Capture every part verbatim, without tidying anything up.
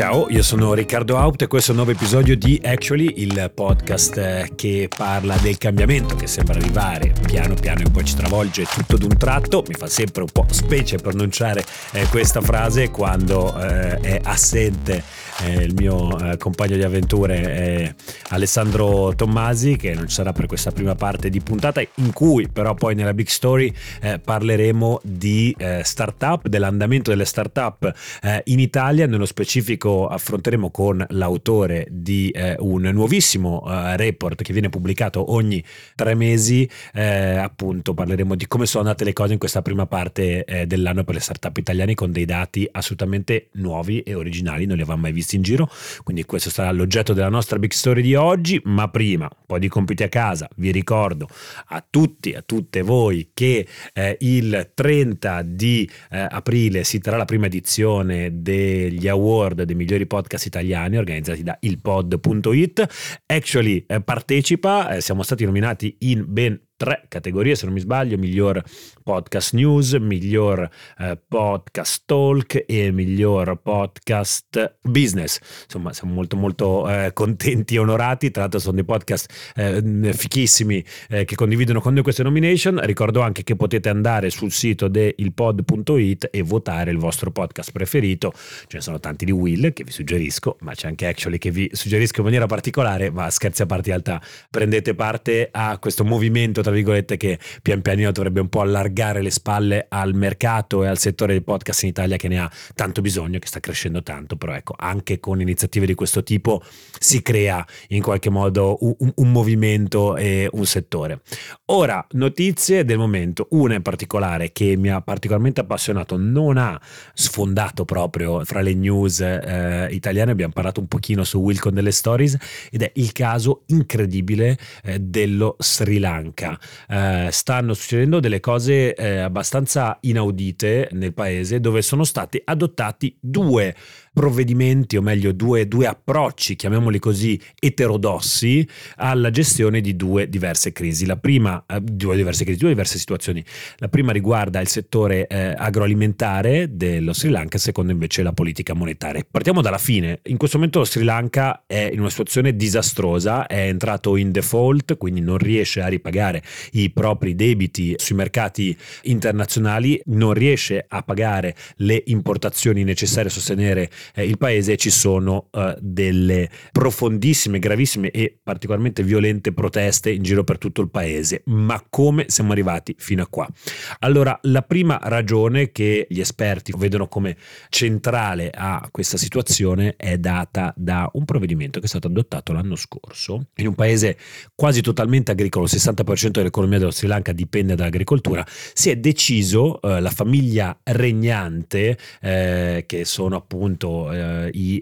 Ciao, io sono Riccardo Haupt e questo è un nuovo episodio di Actually, il podcast che parla del cambiamento che sembra arrivare piano piano e poi ci travolge tutto d'un tratto. Mi fa sempre un po' specie pronunciare eh, questa frase quando eh, è assente eh, il mio eh, compagno di avventure eh, Alessandro Tommasi, che non ci sarà per questa prima parte di puntata, in cui però poi nella Big Story eh, parleremo di eh, startup, dell'andamento delle startup eh, in Italia. Nello specifico affronteremo con l'autore di eh, un nuovissimo eh, report che viene pubblicato ogni tre mesi, eh, appunto parleremo di come sono andate le cose in questa prima parte eh, dell'anno per le startup italiane, con dei dati assolutamente nuovi e originali, non li avevamo mai visti in giro, quindi questo sarà l'oggetto della nostra Big Story di oggi. Ma prima un po' di compiti a casa. Vi ricordo a tutti, a tutte voi che eh, il trenta di eh, aprile si terrà la prima edizione degli award dei migliori podcast italiani organizzati da il pod punto it. Actually eh, partecipa, eh, siamo stati nominati in ben tre categorie se non mi sbaglio: miglior podcast news, miglior eh, podcast talk e miglior podcast business. Insomma, siamo molto molto eh, contenti e onorati. Tra l'altro sono dei podcast eh, fichissimi eh, che condividono con noi queste nomination. Ricordo anche che potete andare sul sito del pod punto it e votare il vostro podcast preferito. Ce ne sono tanti di Will che vi suggerisco, ma c'è anche Actually che vi suggerisco in maniera particolare. Ma scherzi a parte, in realtà prendete parte a questo movimento tra virgolette che pian pianino dovrebbe un po' allargare le spalle al mercato e al settore del podcast in Italia, che ne ha tanto bisogno, che sta crescendo tanto. Però ecco, anche con iniziative di questo tipo si crea in qualche modo un, un movimento e un settore. Ora, notizie del momento. Una in particolare che mi ha particolarmente appassionato, non ha sfondato proprio fra le news eh, italiane, abbiamo parlato un pochino su Will con delle stories, ed è il caso incredibile eh, dello Sri Lanka. Uh, stanno succedendo delle cose eh, abbastanza inaudite nel paese, dove sono stati adottati due provvedimenti, o meglio due, due approcci, chiamiamoli così, eterodossi alla gestione di due diverse crisi. La prima, eh, due diverse crisi, due diverse situazioni. La prima riguarda il settore eh, agroalimentare dello Sri Lanka, secondo invece la politica monetaria. Partiamo dalla fine. In questo momento lo Sri Lanka è in una situazione disastrosa, è entrato in default, quindi non riesce a ripagare i propri debiti sui mercati internazionali, non riesce a pagare le importazioni necessarie a sostenere eh, il paese. Ci sono eh, delle profondissime, gravissime e particolarmente violente proteste in giro per tutto il paese. Ma come siamo arrivati fino a qua? Allora, la prima ragione che gli esperti vedono come centrale a questa situazione è data da un provvedimento che è stato adottato l'anno scorso in un paese quasi totalmente agricolo. Il sessanta per cento dell'economia dello Sri Lanka dipende dall'agricoltura. Si è deciso, eh, la famiglia regnante, eh, che sono appunto eh, i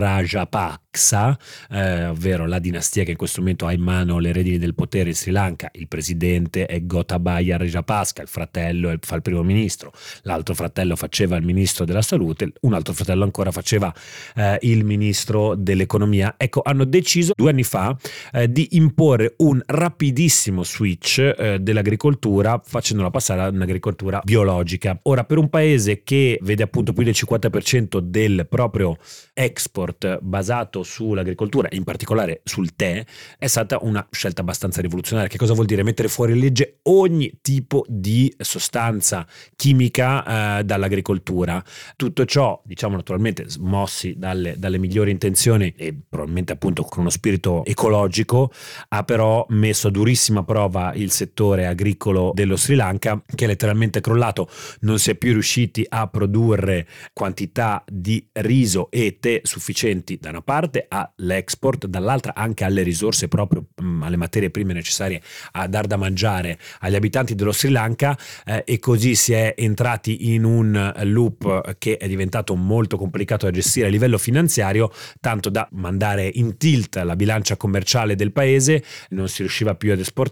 Rajapaksa, eh, ovvero la dinastia che in questo momento ha in mano le redini del potere in Sri Lanka. Il presidente è Gotabaya Rajapaksa, il fratello fa il primo ministro, l'altro fratello faceva il ministro della salute, un altro fratello ancora faceva eh, il ministro dell'economia. Ecco, hanno deciso due anni fa eh, di imporre un rapidissimo switch eh, dell'agricoltura, facendola passare a un'agricoltura biologica. Ora, per un paese che vede appunto più del cinquanta per cento del proprio export basato sull'agricoltura, in particolare sul tè, è stata una scelta abbastanza rivoluzionaria. Che cosa vuol dire? Mettere fuori legge ogni tipo di sostanza chimica eh, dall'agricoltura. Tutto ciò, diciamo, naturalmente mossi dalle, dalle migliori intenzioni e probabilmente appunto con uno spirito ecologico, ha però messo a durissima prova il settore agricolo dello Sri Lanka, che è letteralmente crollato. Non si è più riusciti a produrre quantità di riso e tè sufficienti, da una parte all'export, dall'altra anche alle risorse, proprio mh, alle materie prime necessarie a dar da mangiare agli abitanti dello Sri Lanka, eh, e così si è entrati in un loop che è diventato molto complicato da gestire a livello finanziario, tanto da mandare in tilt la bilancia commerciale del paese. Non si riusciva più ad esportare,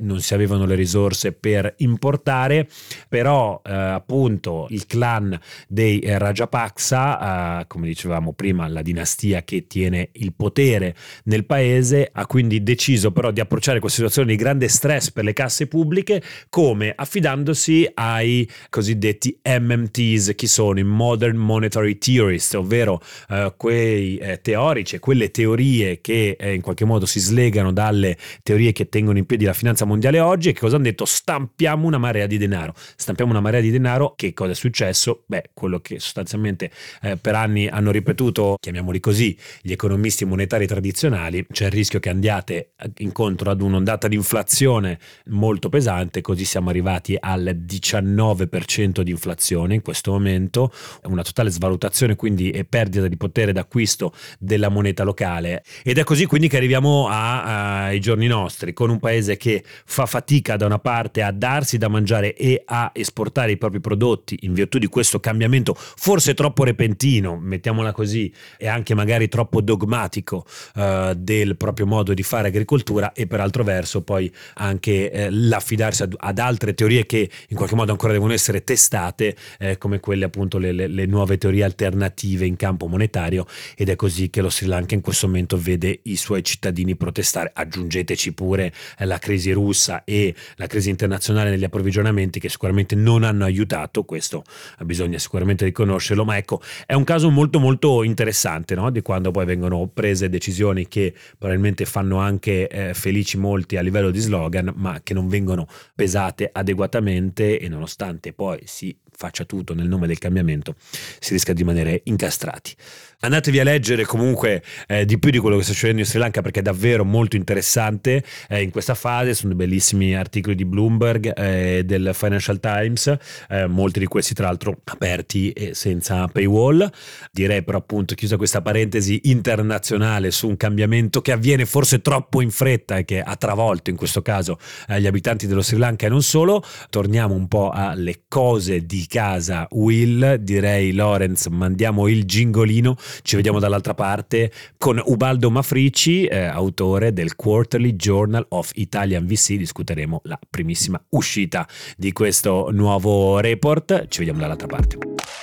non si avevano le risorse per importare, però eh, appunto il clan dei eh, Rajapaksa, eh, come dicevamo prima, la dinastia che tiene il potere nel paese, ha quindi deciso però di approcciare questa situazione di grande stress per le casse pubbliche come affidandosi ai cosiddetti M M Ts. Chi sono i Modern Monetary Theorists, ovvero eh, quei eh, teorici e quelle teorie che eh, in qualche modo si slegano dalle teorie che tengono in piedi la finanza mondiale oggi. E che cosa hanno detto? Stampiamo una marea di denaro. Stampiamo una marea di denaro. Che cosa è successo? Beh, quello che sostanzialmente eh, per anni hanno ripetuto, chiamiamoli così, gli economisti monetari tradizionali: c'è il rischio che andiate incontro ad un'ondata di inflazione molto pesante. Così siamo arrivati al diciannove per cento di inflazione in questo momento, una totale svalutazione quindi e perdita di potere d'acquisto della moneta locale. Ed è così quindi che arriviamo a, ai giorni nostri, con un paese che fa fatica da una parte a darsi da mangiare e a esportare i propri prodotti in virtù di questo cambiamento forse troppo repentino, mettiamola così, e anche magari troppo dogmatico eh, del proprio modo di fare agricoltura, e per altro verso poi anche eh, l'affidarsi ad, ad altre teorie che in qualche modo ancora devono essere testate, eh, come quelle appunto le, le, le nuove teorie alternative in campo monetario. Ed è così che lo Sri Lanka in questo momento vede i suoi cittadini protestare. Aggiungeteci pure eh, la crisi russa e la crisi internazionale negli approvvigionamenti, che sicuramente non hanno aiutato, questo bisogna sicuramente riconoscerlo. Ma ecco, è un caso molto molto interessante, no? Di quando poi vengono prese decisioni che probabilmente fanno anche eh, felici molti a livello di slogan, ma che non vengono pesate adeguatamente, e nonostante poi si faccia tutto nel nome del cambiamento si rischia di rimanere incastrati. Andatevi a leggere comunque eh, di più di quello che sta succedendo in Sri Lanka, perché è davvero molto interessante eh, in questa fase. Sono bellissimi articoli di Bloomberg e eh, del Financial Times, eh, molti di questi tra l'altro aperti e senza paywall. Direi però, appunto, chiusa questa parentesi internazionale su un cambiamento che avviene forse troppo in fretta e che ha travolto in questo caso eh, gli abitanti dello Sri Lanka e non solo, torniamo un po' alle cose di casa. Will, direi Lorenz, mandiamo il gingolino. Ci vediamo dall'altra parte con Ubaldo Mafrici, eh, autore del Quarterly Journal of Italian V C. Discuteremo la primissima uscita di questo nuovo report. Ci vediamo dall'altra parte.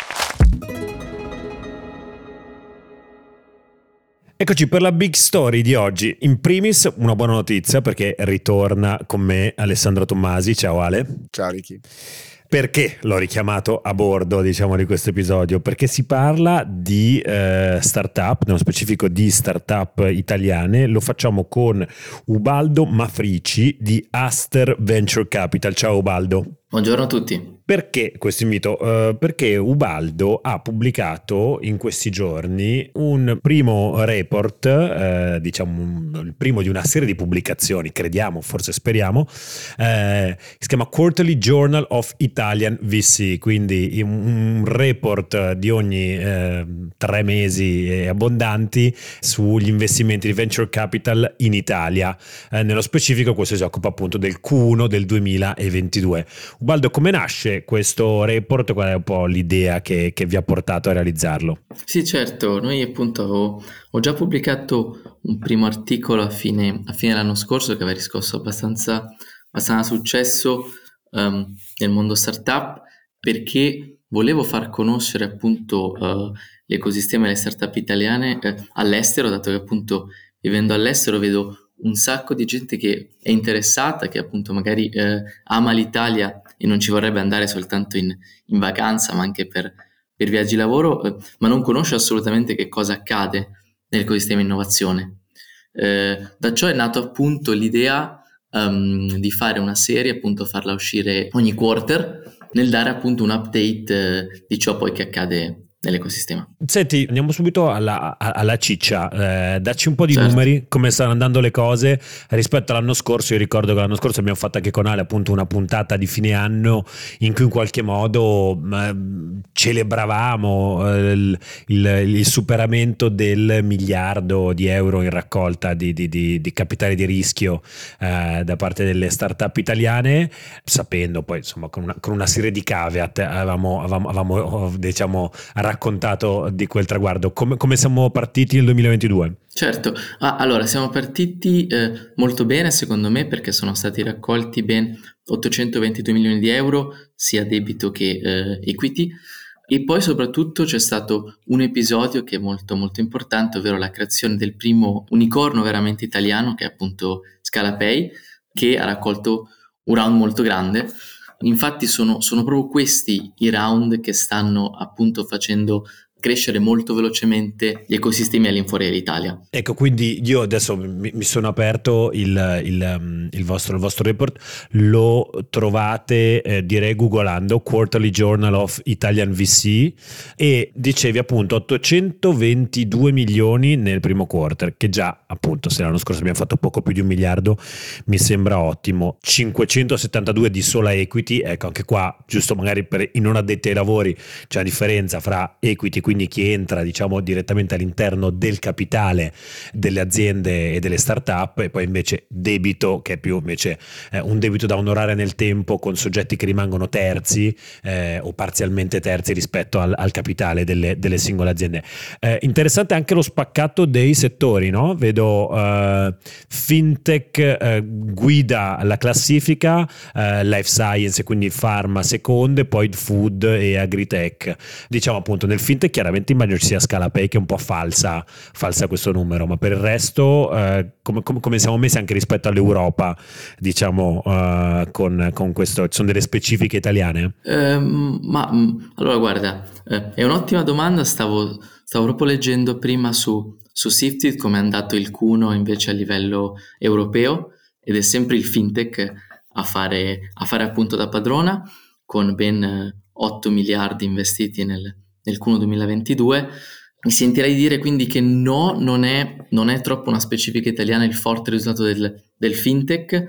Eccoci per la big story di oggi. In primis una buona notizia, perché ritorna con me Alessandro Tommasi. Ciao Ale. Ciao Ricky. Perché l'ho richiamato a bordo, diciamo, di questo episodio? Perché si parla di eh, startup, nello specifico di startup italiane. Lo facciamo con Ubaldo Mafrici di Aster Venture Capital. Ciao Ubaldo. Buongiorno a tutti. Perché questo invito? Uh, perché Ubaldo ha pubblicato in questi giorni un primo report, uh, diciamo un, il primo di una serie di pubblicazioni, crediamo, forse speriamo, uh, si chiama Quarterly Journal of Italian V C, quindi un, un report di ogni uh, tre mesi e abbondanti sugli investimenti di venture capital in Italia. Uh, nello specifico questo si occupa appunto del Q uno del duemilaventidue. Ubaldo, come nasce questo report? Qual è un po' l'idea che, che vi ha portato a realizzarlo? Sì, certo, noi appunto ho, ho già pubblicato un primo articolo a fine, a fine dell'anno scorso che aveva riscosso abbastanza, abbastanza successo um, nel mondo startup, perché volevo far conoscere appunto uh, l'ecosistema delle startup italiane eh, all'estero, dato che appunto vivendo all'estero vedo un sacco di gente che è interessata, che appunto magari eh, ama l'Italia e non ci vorrebbe andare soltanto in, in vacanza, ma anche per, per viaggi lavoro, eh, ma non conosce assolutamente che cosa accade nell'ecosistema innovazione. Eh, da ciò è nato appunto l'idea um, di fare una serie, appunto farla uscire ogni quarter, nel dare appunto un update eh, di ciò poi che accade nell'ecosistema. Senti, andiamo subito alla, alla ciccia, eh, dacci un po' di certo. numeri, come stanno andando le cose rispetto all'anno scorso. Io ricordo che l'anno scorso abbiamo fatto anche con Ale appunto una puntata di fine anno in cui in qualche modo eh, celebravamo eh, il, il, il superamento del miliardo di euro in raccolta di, di, di, di capitali di rischio eh, da parte delle startup italiane, sapendo poi insomma con una, con una serie di caveat avevamo, avevamo, avevamo diciamo raccontato di quel traguardo. Come, come siamo partiti nel duemilaventidue? Certo, ah, allora siamo partiti eh, molto bene secondo me, perché sono stati raccolti ben ottocentoventidue milioni di euro, sia debito che eh, equity, e poi soprattutto c'è stato un episodio che è molto molto importante, ovvero la creazione del primo unicorno veramente italiano, che è appunto Scalapay, che ha raccolto un round molto grande. Infatti sono, sono proprio questi i round che stanno appunto facendo crescere molto velocemente gli ecosistemi all'infuori dell'Italia. Ecco, quindi io adesso mi, mi sono aperto il, il, il, vostro, il vostro report, lo trovate eh, direi googolando Quarterly Journal of Italian V C, e dicevi appunto ottocentoventidue milioni nel primo quarter, che già appunto se l'anno scorso abbiamo fatto poco più di un miliardo mi sembra ottimo. Cinquecentosettantadue di sola equity, ecco anche qua giusto magari per i non addetti ai lavori c'è una differenza fra equity, quindi chi entra diciamo direttamente all'interno del capitale delle aziende e delle start-up, e poi invece debito che è più invece eh, un debito da onorare nel tempo con soggetti che rimangono terzi eh, o parzialmente terzi rispetto al, al capitale delle, delle singole aziende. Eh, interessante anche lo spaccato dei settori, no? Vedo eh, fintech eh, guida la classifica, eh, life science quindi pharma seconde, poi food e agritech. Diciamo appunto nel fintech chiaramente immagino ci sia Scalapay che è un po' falsa, falsa questo numero, ma per il resto eh, come, come, come siamo messi anche rispetto all'Europa, diciamo eh, con, con questo, ci sono delle specifiche italiane? Eh, ma mh, allora guarda, eh, è un'ottima domanda, stavo, stavo proprio leggendo prima su, su Sifted come è andato il Cuno invece a livello europeo, ed è sempre il fintech a fare, a fare appunto da padrona, con ben otto miliardi investiti nel nel Cuno duemilaventidue. Mi sentirei dire quindi che no, non è, non è troppo una specifica italiana il forte risultato del, del fintech.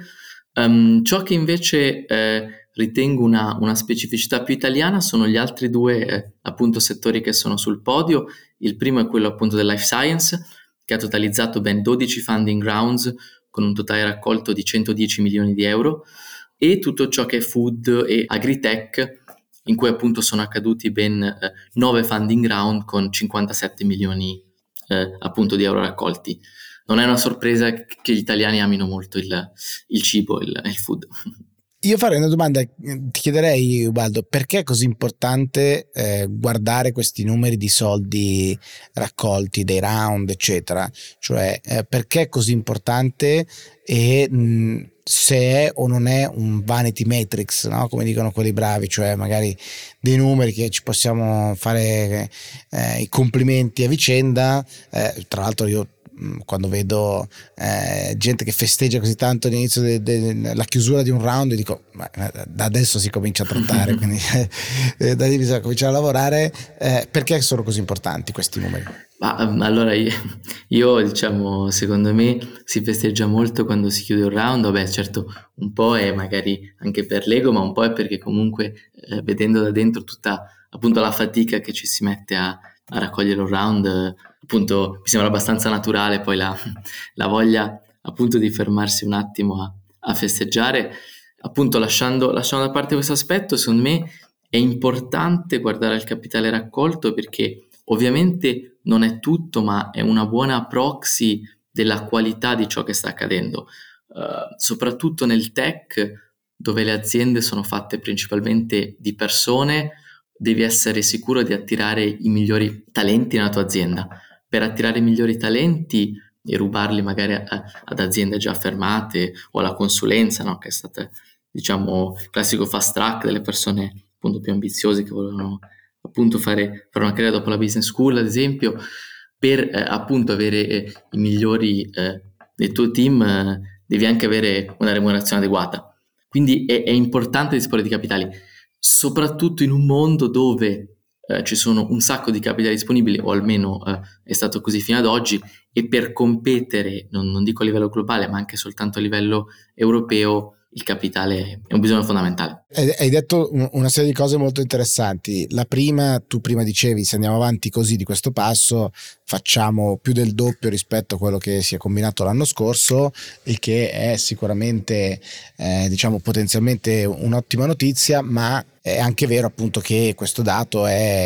Um, ciò che invece eh, ritengo una, una specificità più italiana sono gli altri due eh, appunto settori che sono sul podio. Il primo è quello appunto del life science, che ha totalizzato ben dodici funding rounds con un totale raccolto di centodieci milioni di euro, e tutto ciò che è food e agritech, in cui appunto sono accaduti ben eh, nove funding round con cinquantasette milioni eh, appunto di euro raccolti. Non è una sorpresa che gli italiani amino molto il, il cibo, il, il food. Io farei una domanda, ti chiederei Ubaldo, perché è così importante eh, guardare questi numeri di soldi raccolti, dei round eccetera, cioè eh, perché è così importante, e mh, se è o non è un vanity matrix, no? Come dicono quelli bravi, cioè magari dei numeri che ci possiamo fare eh, i complimenti a vicenda. Eh, tra l'altro io quando vedo eh, gente che festeggia così tanto all'inizio della chiusura di un round, dico ma da adesso si comincia a trattare, quindi eh, da lì bisogna cominciare a lavorare. Eh, perché sono così importanti questi numeri? Ma allora io, io diciamo secondo me si festeggia molto quando si chiude un round. Vabbè, certo un po' è magari anche per l'ego, ma un po' è perché comunque eh, vedendo da dentro tutta appunto la fatica che ci si mette a, a raccogliere un round, eh, appunto mi sembra abbastanza naturale poi la, la voglia appunto di fermarsi un attimo a, a festeggiare. Appunto lasciando, lasciando da parte questo aspetto, secondo me è importante guardare al capitale raccolto, perché ovviamente non è tutto, ma è una buona proxy della qualità di ciò che sta accadendo, uh, soprattutto nel tech, dove le aziende sono fatte principalmente di persone. Devi essere sicuro di attirare i migliori talenti nella tua azienda. Per attirare i migliori talenti e rubarli magari a, ad aziende già affermate, o alla consulenza, no? Che è stata, diciamo, il classico fast track delle persone appunto più ambiziose che volevano appunto fare, fare una carriera dopo la business school, ad esempio. Per eh, appunto avere eh, i migliori eh, del tuo team eh, devi anche avere una remunerazione adeguata. Quindi è, è importante disporre di capitali, soprattutto in un mondo dove eh, ci sono un sacco di capitali disponibili, o almeno eh, è stato così fino ad oggi, e per competere, non, non dico a livello globale, ma anche soltanto a livello europeo, il capitale è un bisogno fondamentale. Hai detto una serie di cose molto interessanti. La prima, tu prima dicevi, se andiamo avanti così di questo passo facciamo più del doppio rispetto a quello che si è combinato l'anno scorso, il che è sicuramente eh, diciamo potenzialmente un'ottima notizia, ma è anche vero appunto che questo dato è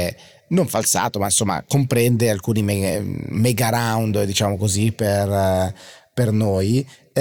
non falsato, ma insomma comprende alcuni mega, mega round, diciamo così, per, per noi, eh,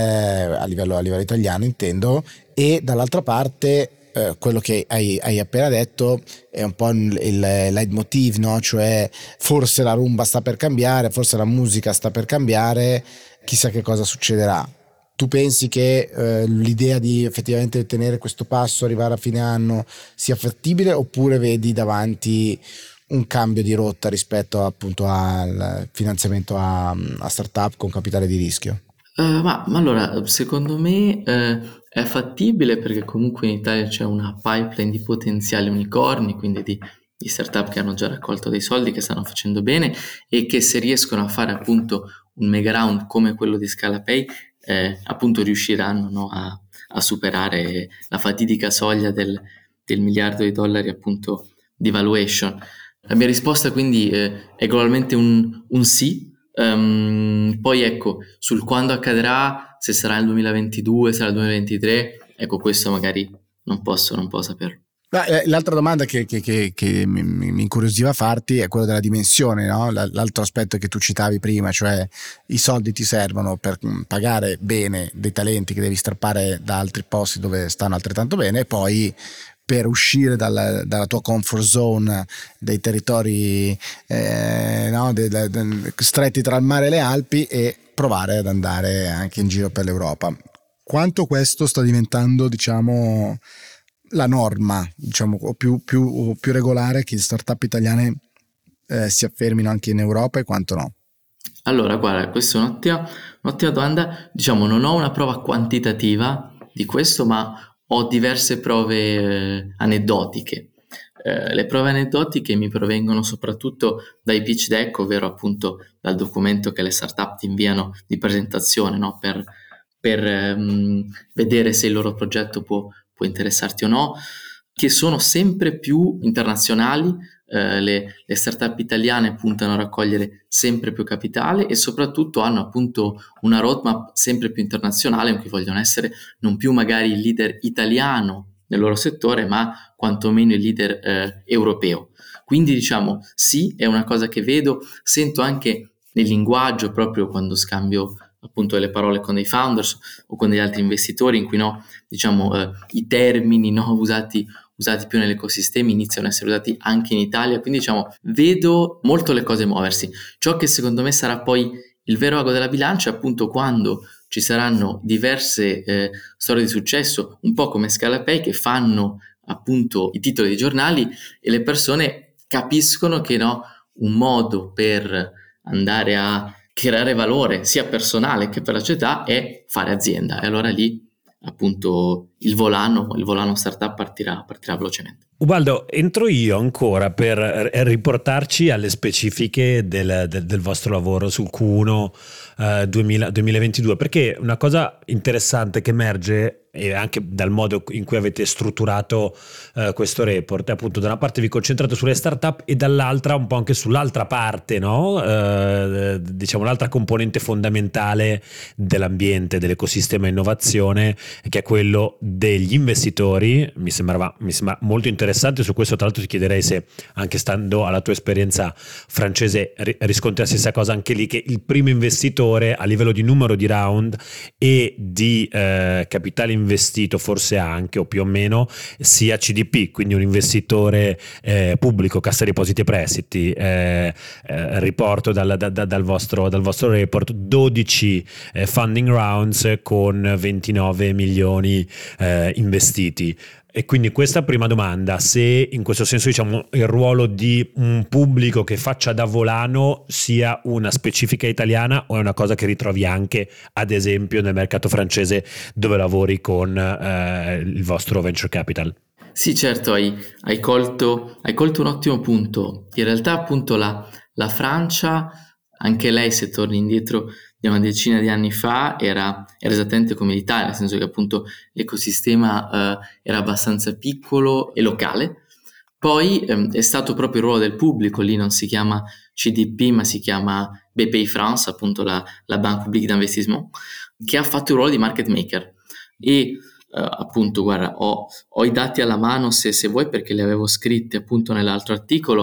a livello, a livello italiano intendo, e dall'altra parte eh, quello che hai, hai appena detto è un po' il, il leitmotiv, no? Cioè forse la rumba sta per cambiare, forse la musica sta per cambiare, chissà che cosa succederà. Tu pensi che eh, l'idea di effettivamente tenere questo passo, arrivare a fine anno, sia fattibile, oppure vedi davanti un cambio di rotta rispetto appunto al finanziamento a, a startup con capitale di rischio? Uh, ma, ma allora, secondo me eh, è fattibile, perché comunque in Italia c'è una pipeline di potenziali unicorni, quindi di, di startup che hanno già raccolto dei soldi, che stanno facendo bene, e che se riescono a fare appunto un mega round come quello di Scalapay, eh, appunto riusciranno, no, a, a superare la fatidica soglia del, del miliardo di dollari appunto di valuation. La mia risposta quindi eh, è globalmente un, un sì. Um, poi ecco, sul quando accadrà, se sarà nel duemilaventidue, sarà il duemilaventitré, ecco, questo magari non posso, non posso saperlo. L'altra domanda che, che, che, che mi, mi incuriosiva farti è quella della dimensione, no? L'altro aspetto che tu citavi prima, cioè i soldi ti servono per pagare bene dei talenti che devi strappare da altri posti dove stanno altrettanto bene, e poi per uscire dalla, dalla tua comfort zone, dei territori eh, no, de, de, de, stretti tra il mare e le Alpi, e provare ad andare anche in giro per l'Europa. Quanto questo sta diventando, diciamo, la norma, diciamo, o più, più, o più regolare, che le startup italiane eh, si affermino anche in Europa, e quanto no? Allora, guarda, questa è un'ottima, un'ottima domanda. Diciamo, non ho una prova quantitativa di questo, ma ho diverse prove eh, aneddotiche. Eh, le prove aneddotiche mi provengono soprattutto dai pitch deck, ovvero appunto dal documento che le startup ti inviano di presentazione, no? per, per ehm, vedere se il loro progetto può, può interessarti o no, che sono sempre più internazionali. Uh, le, le startup italiane puntano a raccogliere sempre più capitale, e soprattutto hanno appunto una roadmap sempre più internazionale, in cui vogliono essere non più magari il leader italiano nel loro settore, ma quantomeno il leader uh, europeo. Quindi diciamo sì, è una cosa che vedo, sento anche nel linguaggio, proprio quando scambio appunto le parole con dei founders o con degli altri investitori, in cui no, diciamo uh, i termini no, usati usati più nell'ecosistema iniziano a essere usati anche in Italia, quindi diciamo vedo molto le cose muoversi. Ciò che secondo me sarà poi il vero ago della bilancia è appunto quando ci saranno diverse eh, storie di successo, un po' come Scalapay, che fanno appunto i titoli dei giornali, e le persone capiscono che no, un modo per andare a creare valore sia personale che per la società è fare azienda, e allora lì appunto il volano, il volano startup partirà, partirà velocemente. Ubaldo, entro io ancora per riportarci alle specifiche del, del, del vostro lavoro sul Q uno eh, duemila, duemilaventidue, perché una cosa interessante che emerge, e anche dal modo in cui avete strutturato eh, questo report, è appunto da una parte vi concentrate sulle startup e dall'altra un po' anche sull'altra parte, no? Eh, diciamo l'altra componente fondamentale dell'ambiente, dell'ecosistema innovazione, che è quello degli investitori. Mi sembrava, mi sembra molto interessante. Su questo tra l'altro ti chiederei se, anche stando alla tua esperienza francese, riscontri la stessa cosa anche lì, che il primo investitore a livello di numero di round e di eh, capitale investito, forse anche o più o meno, sia C D P, quindi un investitore eh, pubblico, Cassa Depositi e Prestiti. eh, eh, riporto dal, da, dal, vostro, dal vostro report dodici eh, funding rounds con ventinove milioni eh, investiti. E quindi questa prima domanda, se in questo senso diciamo il ruolo di un pubblico che faccia da volano sia una specifica italiana, o è una cosa che ritrovi anche ad esempio nel mercato francese, dove lavori con eh, il vostro venture capital? Sì, certo, hai, hai, colto, hai colto un ottimo punto. In realtà appunto la, la Francia, anche lei, se torni indietro di una decina di anni fa, era, era esattamente come l'Italia, nel senso che appunto l'ecosistema eh, era abbastanza piccolo e locale. Poi ehm, è stato proprio il ruolo del pubblico, lì non si chiama C D P ma si chiama B P I France, appunto la, la Banque Publique d'Investissement, che ha fatto il ruolo di market maker. E Uh, appunto guarda, ho, ho i dati alla mano se, se vuoi, perché li avevo scritti appunto nell'altro articolo.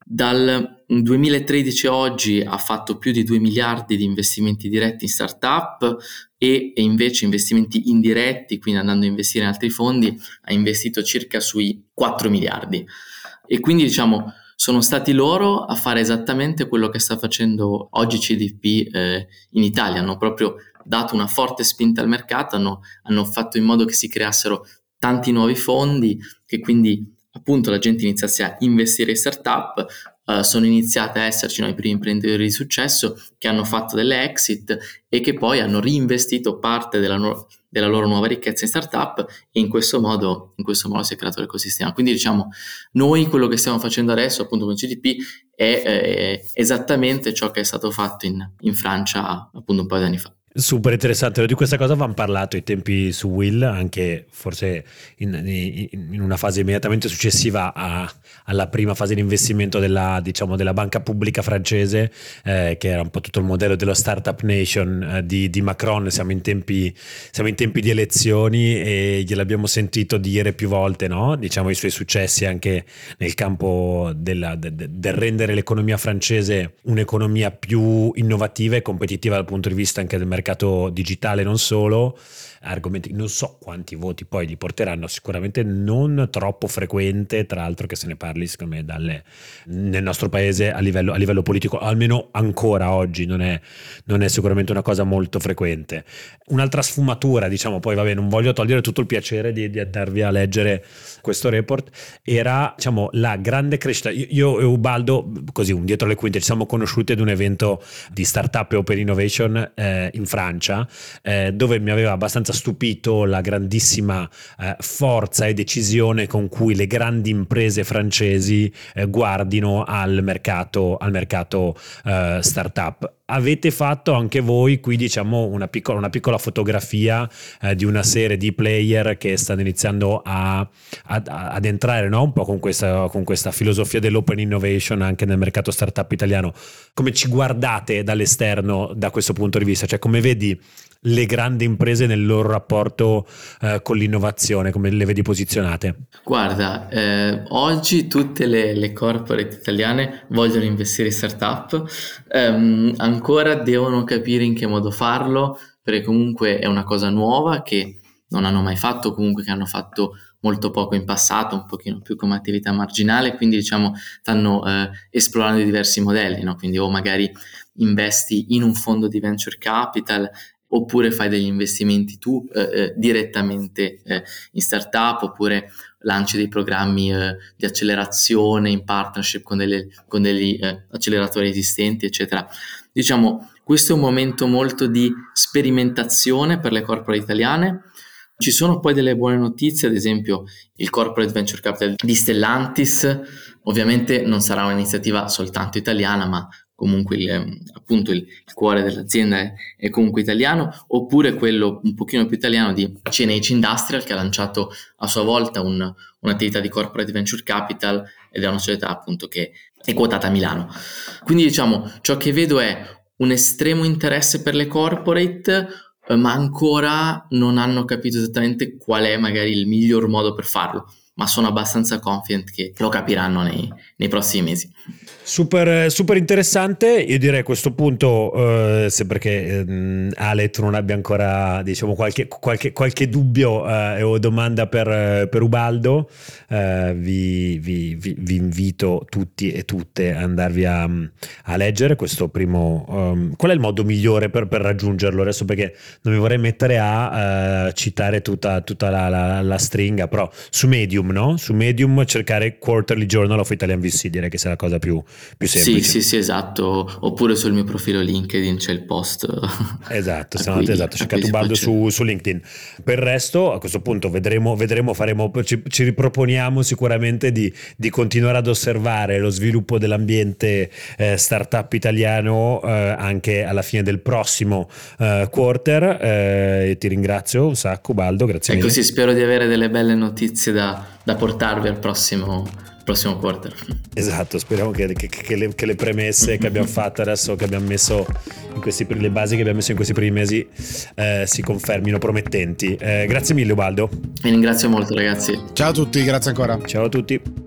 Dal duemilatredici a oggi ha fatto più di due miliardi di investimenti diretti in startup e, e invece investimenti indiretti, quindi andando a investire in altri fondi, ha investito circa sui quattro miliardi. E quindi diciamo sono stati loro a fare esattamente quello che sta facendo oggi C D P eh, in Italia. Hanno proprio dato una forte spinta al mercato, hanno, hanno fatto in modo che si creassero tanti nuovi fondi, che quindi appunto la gente iniziasse a investire in startup. Uh, sono iniziate a esserci no, i primi imprenditori di successo che hanno fatto delle exit e che poi hanno reinvestito parte della, no- della loro nuova ricchezza in startup, e in questo modo in questo modo si è creato l'ecosistema. Quindi diciamo noi quello che stiamo facendo adesso appunto con C D P è eh, esattamente ciò che è stato fatto in, in Francia appunto un paio di anni fa. Super interessante, di questa cosa avevamo parlato ai tempi su Will, anche forse in, in, in una fase immediatamente successiva a, alla prima fase di investimento della, diciamo, della banca pubblica francese, eh, che era un po' tutto il modello dello Startup Nation eh, di, di Macron. Siamo in tempi siamo in tempi di elezioni e gliel'abbiamo sentito dire più volte, no? Diciamo i suoi successi anche nel campo della, de, de, del rendere l'economia francese un'economia più innovativa e competitiva dal punto di vista anche del mercato digitale, non solo. Argomenti, non so quanti voti poi li porteranno, sicuramente non troppo frequente, tra l'altro che se ne parli secondo me dalle, nel nostro paese a livello, a livello politico, almeno ancora oggi non è, non è sicuramente una cosa molto frequente. Un'altra sfumatura, diciamo, poi vabbè, non voglio togliere tutto il piacere di, di andarvi a leggere questo report, era diciamo la grande crescita. Io, io e Ubaldo, così un dietro le quinte, ci siamo conosciuti ad un evento di startup e open innovation eh, in Francia, eh, dove mi aveva abbastanza stupito la grandissima eh, forza e decisione con cui le grandi imprese francesi eh, guardino al mercato, al mercato eh, startup. Avete fatto anche voi qui diciamo una piccola, una piccola fotografia eh, di una serie di player che stanno iniziando a, a, ad entrare, no? Un po' con questa, con questa filosofia dell'open innovation anche nel mercato startup italiano. Come ci guardate dall'esterno da questo punto di vista? Cioè come vedi le grandi imprese nel loro rapporto eh, con l'innovazione, come le vedi posizionate? Guarda, eh, oggi tutte le, le corporate italiane vogliono investire in startup, ehm, ancora devono capire in che modo farlo, perché comunque è una cosa nuova che non hanno mai fatto, comunque che hanno fatto molto poco in passato, un pochino più come attività marginale, quindi diciamo stanno eh, esplorando diversi modelli, no? Quindi o magari investi in un fondo di venture capital, oppure fai degli investimenti tu eh, eh, direttamente eh, in startup, oppure lanci dei programmi eh, di accelerazione in partnership con, delle, con degli eh, acceleratori esistenti, eccetera. Diciamo, questo è un momento molto di sperimentazione per le corporate italiane. Ci sono poi delle buone notizie, ad esempio il corporate venture capital di Stellantis. Ovviamente non sarà un'iniziativa soltanto italiana, ma comunque il, appunto il, il cuore dell'azienda è, è comunque italiano, oppure quello un pochino più italiano di C and H Industrial, che ha lanciato a sua volta un, un'attività di corporate venture capital ed è una società appunto che è quotata a Milano. Quindi diciamo ciò che vedo è un estremo interesse per le corporate, eh, ma ancora non hanno capito esattamente qual è magari il miglior modo per farlo, ma sono abbastanza confident che lo capiranno nei, nei prossimi mesi. Super, super interessante. Io direi a questo punto, eh, se perché eh, Ale tu non abbia ancora diciamo qualche, qualche, qualche dubbio eh, o domanda per, per Ubaldo, eh, vi, vi, vi, vi invito tutti e tutte ad andarvi a, a leggere questo primo. Um, qual è il modo migliore per, per raggiungerlo? Adesso perché non mi vorrei mettere a uh, citare tutta, tutta la, la, la stringa, però su Medium, no? Su Medium cercare Quarterly Journal of Italian V C, direi che sia la cosa più più semplice. Sì, sì, sì, esatto. Oppure sul mio profilo LinkedIn c'è il post. Esatto, cui, esatto. Cercate Ubaldo su, su LinkedIn. Per il resto, a questo punto vedremo, vedremo faremo, ci, ci riproponiamo sicuramente di, di continuare ad osservare lo sviluppo dell'ambiente eh, startup italiano eh, anche alla fine del prossimo eh, quarter. Eh, ti ringrazio un sacco, Ubaldo, grazie ecco, mille. Sì, spero di avere delle belle notizie da, da portarvi al prossimo prossimo quarter. Esatto, speriamo che, che, che, le, che le premesse che abbiamo fatto adesso, che abbiamo messo in questi le basi che abbiamo messo in questi primi mesi eh, si confermino promettenti. Eh, grazie mille Ubaldo. Vi ringrazio molto ragazzi. Ciao a tutti, grazie ancora. Ciao a tutti.